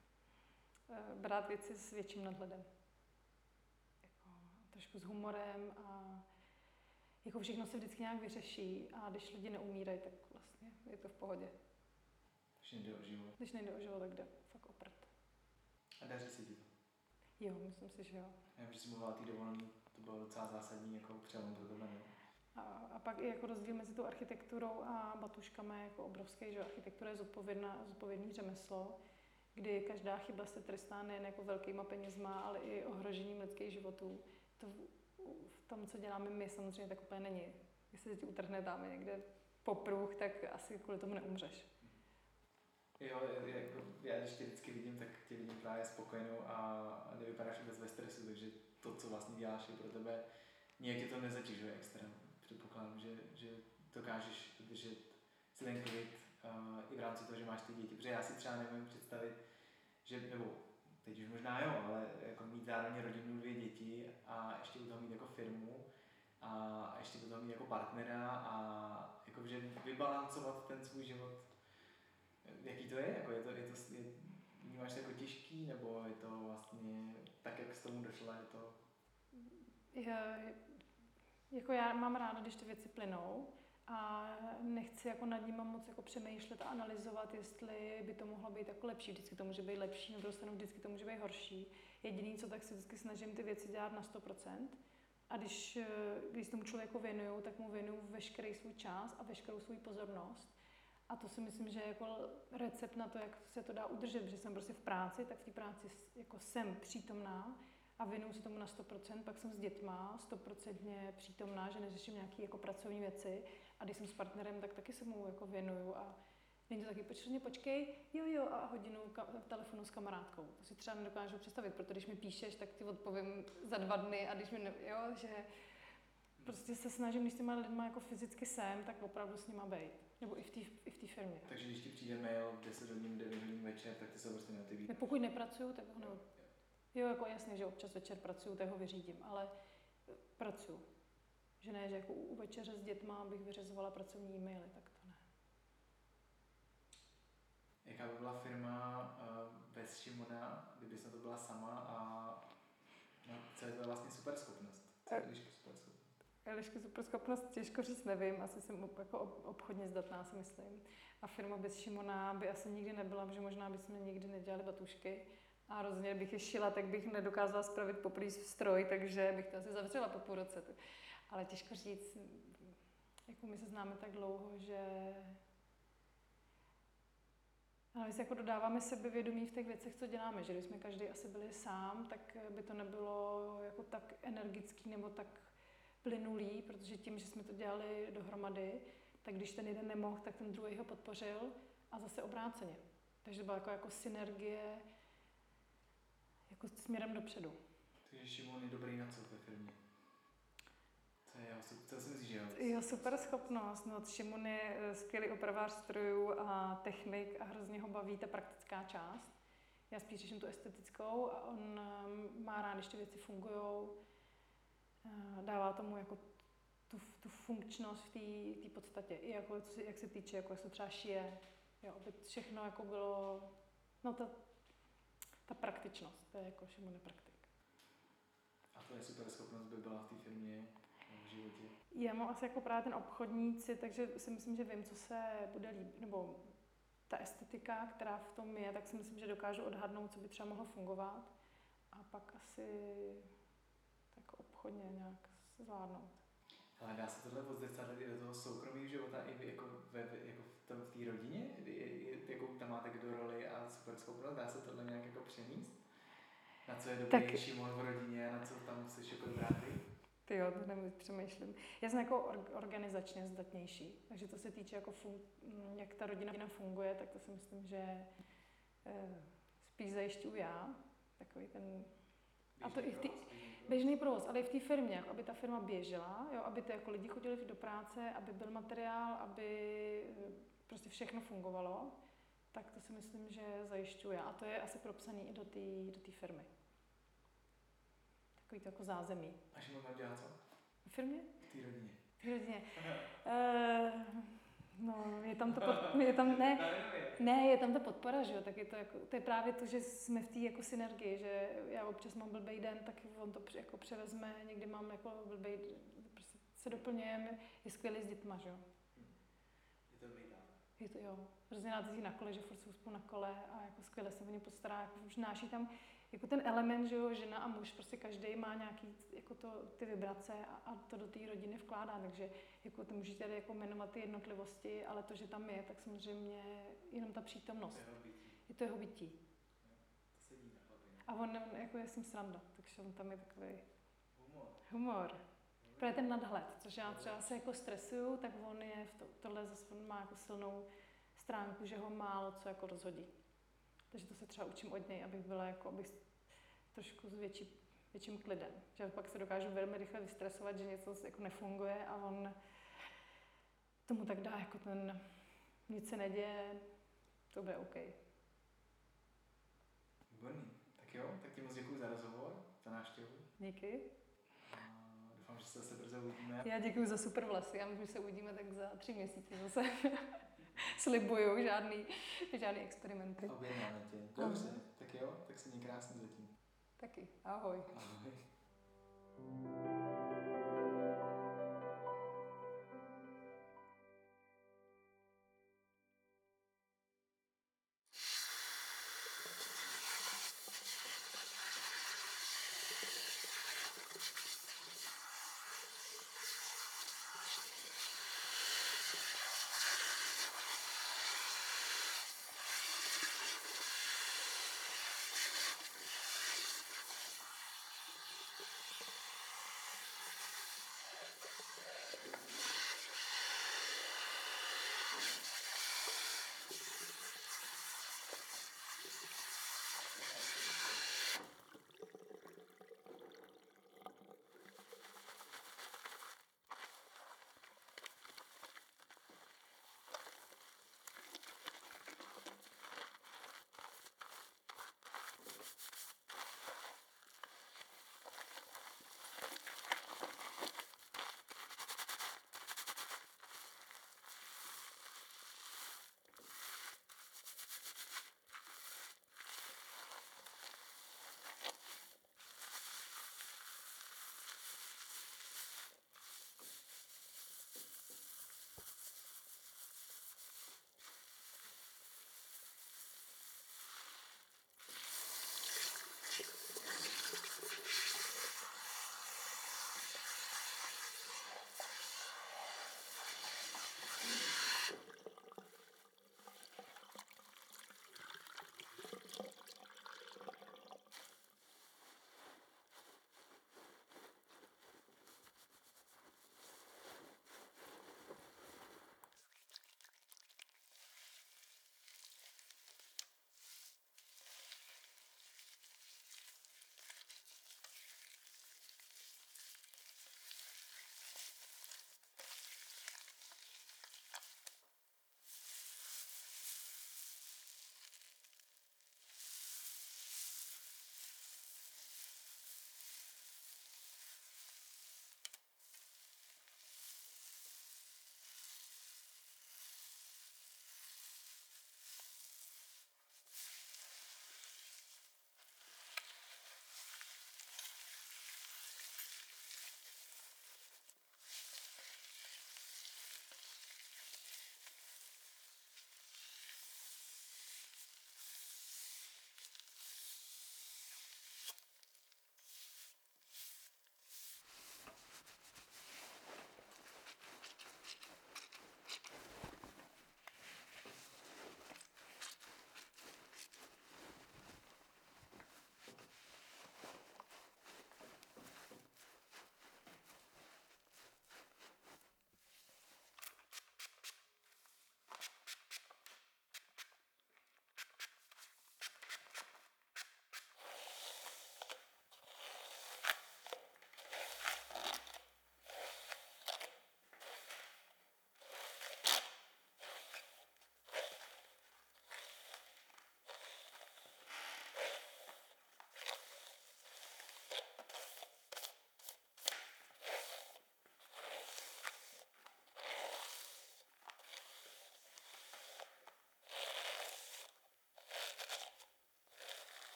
Brát věci s větším nadhledem. Jako, trošku s humorem a jako všechno se vždycky nějak vyřeší a když lidi neumírají, tak vlastně je to v pohodě. Když nejde o život. Když nejde o život, tak jde fakt o prd. A daří se ti to? Jo, myslím si, že jo. Já vím, že jsi mluvila o té dovolené, to bylo docela zásadní jako přelom pro tohle. A, a pak i jako rozdíl mezi tou architekturou a batuškami je jako obrovský, že architektura je zodpovědná, zodpovědný řemeslo, kdy každá chyba se trestá nejen jako velkýma penězma, ale i ohrožením lidských životů. To v tom, co děláme my, samozřejmě tak úplně není. Jestli se ti utrhne dáme někde popruh, tak asi kvůli tomu neumřeš. Jo, jako já když tě vždycky vidím, tak tě vidím právě spokojenou a nevypadáš vůbec ve stresu, takže to, co vlastně děláš, je pro tebe, nějak tě to nezatěžuje extra. Předpokládám, že, že dokážeš držet si ten klid uh, i v rámci toho, že máš ty děti. Protože já si třeba nevím představit, že, nebo teď už možná jo, ale jako mít zároveň rodinu, dvě děti a ještě u toho mít jako firmu a ještě u toho mít jako partnera a jako, že vybalancovat ten svůj život. Jaký to je? Jako je to, je to, je, vnímáš to jako těžký, nebo je to vlastně tak, jak s tomu došla, je to... Je, jako já mám ráda, když ty věci plynou a nechci jako nad nimi moc jako přemýšlet a analyzovat, jestli by to mohlo být jako lepší. Vždycky to může být lepší, nebo dostanu vždycky to může být horší. Jediný, co tak si vždycky snažím ty věci dělat na sto procent. A když, když tomu člověku věnuju, tak mu věnuju veškerý svůj čas a veškerou svou pozornost. A to si myslím, že je jako recept na to, jak se to dá udržet, protože jsem prostě v práci, tak v té práci jako jsem přítomná a věnuju se tomu na sto procent, pak jsem s dětma stoprocentně přítomná, že neřeším nějaké jako pracovní věci a když jsem s partnerem, tak taky se mu jako věnuju a není to taky, počkej, počkej, jo, jo, a hodinu ka- telefonu s kamarádkou. To si třeba nedokážu představit, protože když mi píšeš, tak ti odpovím za dva dny a když mi, ne, jo, že prostě se snažím, když s těma lidma jako fyzicky jsem, tak opravdu s nima bejt. Nebo i v té i v té firmě. Takže když ti přijde mail v deset hodin, devět hodin večer, tak ty se prostě neotevíš. Ne, pokud nepracuju, tak ho ne... Jo, jako jasně, že občas večer pracuju, tak ho vyřídím, ale pracuju. Že ne, že jako u večeře s dětma bych vyřizovala pracovní e-maily, tak to ne. Jaká by byla firma uh, bez Šimona, kdybys na to byla sama a no, co je to vlastně super schopnost? Co je Eliška super schopnost? Eliška super schopnost, těžko říct, nevím, asi jsem jako obchodně zdatná, si myslím. A firma bez Šimona by asi nikdy nebyla, protože možná bychom nikdy nedělali batušky. A rozhodně bych je šila, tak bych nedokázala spravit poprvé stroj, takže bych to asi zavřela po půl roce. Ale těžko říct, jako my se známe tak dlouho, že... Ale my se jako dodáváme sebevědomí v těch věcech, co děláme, že kdybychom každý asi byli sám, tak by to nebylo jako tak energický nebo tak plynulý, protože tím, že jsme to dělali dohromady, tak když ten jeden nemohl, tak ten druhý ho podpořil a zase obráceně. Takže to byla jako, jako synergie jako směrem dopředu. Takže Šimon je dobrý na co ve firmě? Co je jeho, co si myslíš, že jo? Jo, super schopnost. No, Šimon je skvělý opravář strojů a technik a hrozně ho baví ta praktická část. Já spíš řeším tu estetickou a on má rád, když ty věci fungujou. Dává tomu jako tu, tu funkčnost v té podstatě. I jako, jak se týče, jako jak se třeba šije. Jo, aby všechno jako bylo... No ta, ta praktičnost, to je jako Šimon je praktik. A to je super schopnost by byla v té firmě v životě? Já mám asi jako právě ten obchodníci, takže si myslím, že vím, co se bude líbit, nebo ta estetika, která v tom je, tak si myslím, že dokážu odhadnout, co by třeba mohlo fungovat a pak asi tak obchodně nějak zvládnout. Ale dá se tohle odzrcadlit i do toho soukromého života, i jako, ve, jako v té rodině? Jakou tam máte kdo roli a super schopnost? Dá se tohle nějak jako přenést? Na co je dobrý tak... Šimon v rodině a na co tam jsi jako dobrá ty? Ty jo, to nemůžu přemýšlím. Já jsem jako organizačně zdatnější, takže to se týče, jako fun- jak ta rodina funguje, tak to si myslím, že eh, spíš zajišťuju já. Takový ten... A to i v té... Běžný provoz, ale i v té firmě, jako aby ta firma běžela, jo, aby ty jako lidi chodili do práce, aby byl materiál, aby prostě všechno fungovalo, tak to si myslím, že zajišťuju já. A to je asi propsané i do té do té firmy. Takový to jako zázemí. A Šimon tam dělá co? V firmě? V té rodině. V té rodině. uh, no, je tam to pod, je tam, ne, ne, je tam ta podpora, že jo, tak je to jako, to je právě to, že jsme v té jako synergii, že já občas mám blbej den, tak on to jako převezme, někdy mám jako blbej, prostě se doplňujeme, je skvělý s dětma, že jo. Je to dobrý dál. Je to, jo, hrozně rád jezdí na kole, že furt jsou spolu na kole a jako skvěle se o ně postará, jako už náší tam jako ten element, že jo, žena a muž, prostě každý má nějaký jako to, ty vibrace a, a to do té rodiny vkládá, takže jako to můžete tady jako jmenovat ty jednotlivosti, ale to, že tam je, tak samozřejmě jenom ta přítomnost. Je to jeho bytí. To sedí na chlapě. A on jako je s ním sranda, takže on tam je takový humor. Humor. Právě ten nadhled, což já třeba se jako stresuju, tak on je v to, tohle zase on má jako silnou stránku, že ho málo co jako rozhodí. Takže to se třeba učím od něj, abych byla jako, abych trošku s větší, větším klidem. Že pak se dokážu velmi rychle vystresovat, že něco jako nefunguje a on tomu tak dá jako ten nic se neděje, to bude OK. Výborný. Tak jo, tak ti moc děkuji za rozhovor, za návštěvu. Díky. A doufám, že se zase brzo uvidíme. Já děkuji za super vlasy, já myslím, že se uvidíme tak za tři měsíce zase. Slibuju, žádný, žádný experimenty. Objednáme tě. Dobře, tak jo, tak se měj krásně zatím. Taky, ahoj. Ahoj.